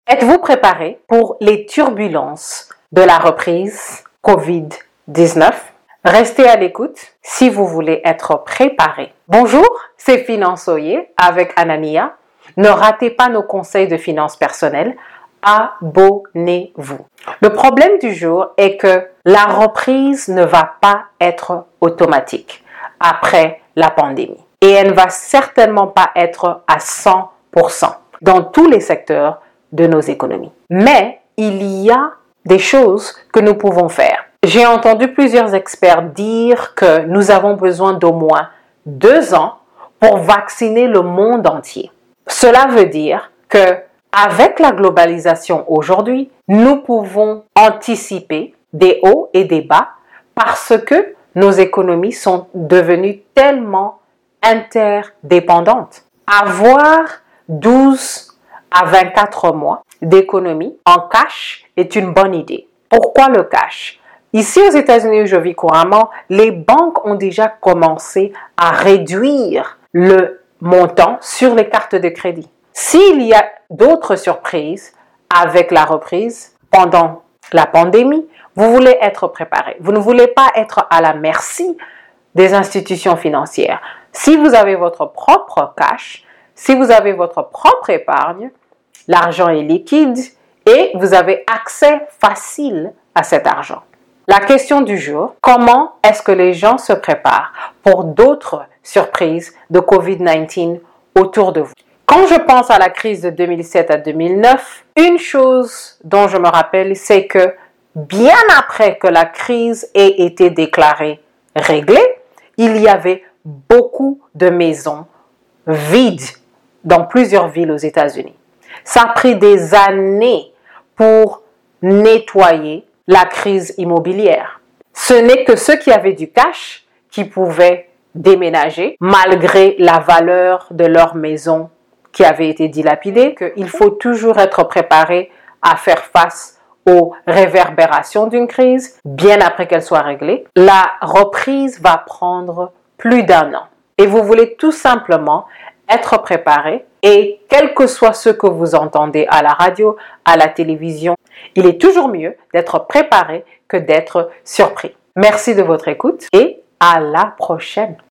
Êtes-vous préparé pour les turbulences de la reprise COVID-19? Restez à l'écoute si vous voulez être préparé. Bonjour, c'est Finançoyer avec Anania. Ne ratez pas nos conseils de finances personnelles. Abonnez-vous. Le problème du jour est que la reprise ne va pas être automatique après la pandémie. Et elle ne va certainement pas être à 100% dans tous les secteurs de nos économies. Mais il y a des choses que nous pouvons faire. J'ai entendu plusieurs experts dire que nous avons besoin d'au moins 2 ans pour vacciner le monde entier. Cela veut dire que avec la globalisation aujourd'hui, nous pouvons anticiper des hauts et des bas parce que nos économies sont devenues tellement interdépendantes. Avoir 12 à 24 mois d'économie en cash est une bonne idée. Pourquoi le cash? Ici aux États-Unis où je vis couramment, les banques ont déjà commencé à réduire le montant sur les cartes de crédit. S'il y a d'autres surprises avec la reprise pendant la pandémie, vous voulez être préparé. Vous ne voulez pas être à la merci des institutions financières. Si vous avez votre propre cash, si vous avez votre propre épargne, l'argent est liquide et vous avez accès facile à cet argent. La question du jour, comment est-ce que les gens se préparent pour d'autres surprises de COVID-19 autour de vous? Quand je pense à la crise de 2007 à 2009, une chose dont je me rappelle, c'est que bien après que la crise ait été déclarée réglée, il y avait beaucoup de maisons vides dans plusieurs villes aux États-Unis. Ça a pris des années pour nettoyer la crise immobilière. Ce n'est que ceux qui avaient du cash qui pouvaient déménager malgré la valeur de leur maison qui avait été dilapidée, qu'il faut toujours être préparé à faire face aux réverbérations d'une crise bien après qu'elle soit réglée. La reprise va prendre plus d'1 an et vous voulez tout simplement être préparé et quel que soit ce que vous entendez à la radio, à la télévision, il est toujours mieux d'être préparé que d'être surpris. Merci de votre écoute et à la prochaine.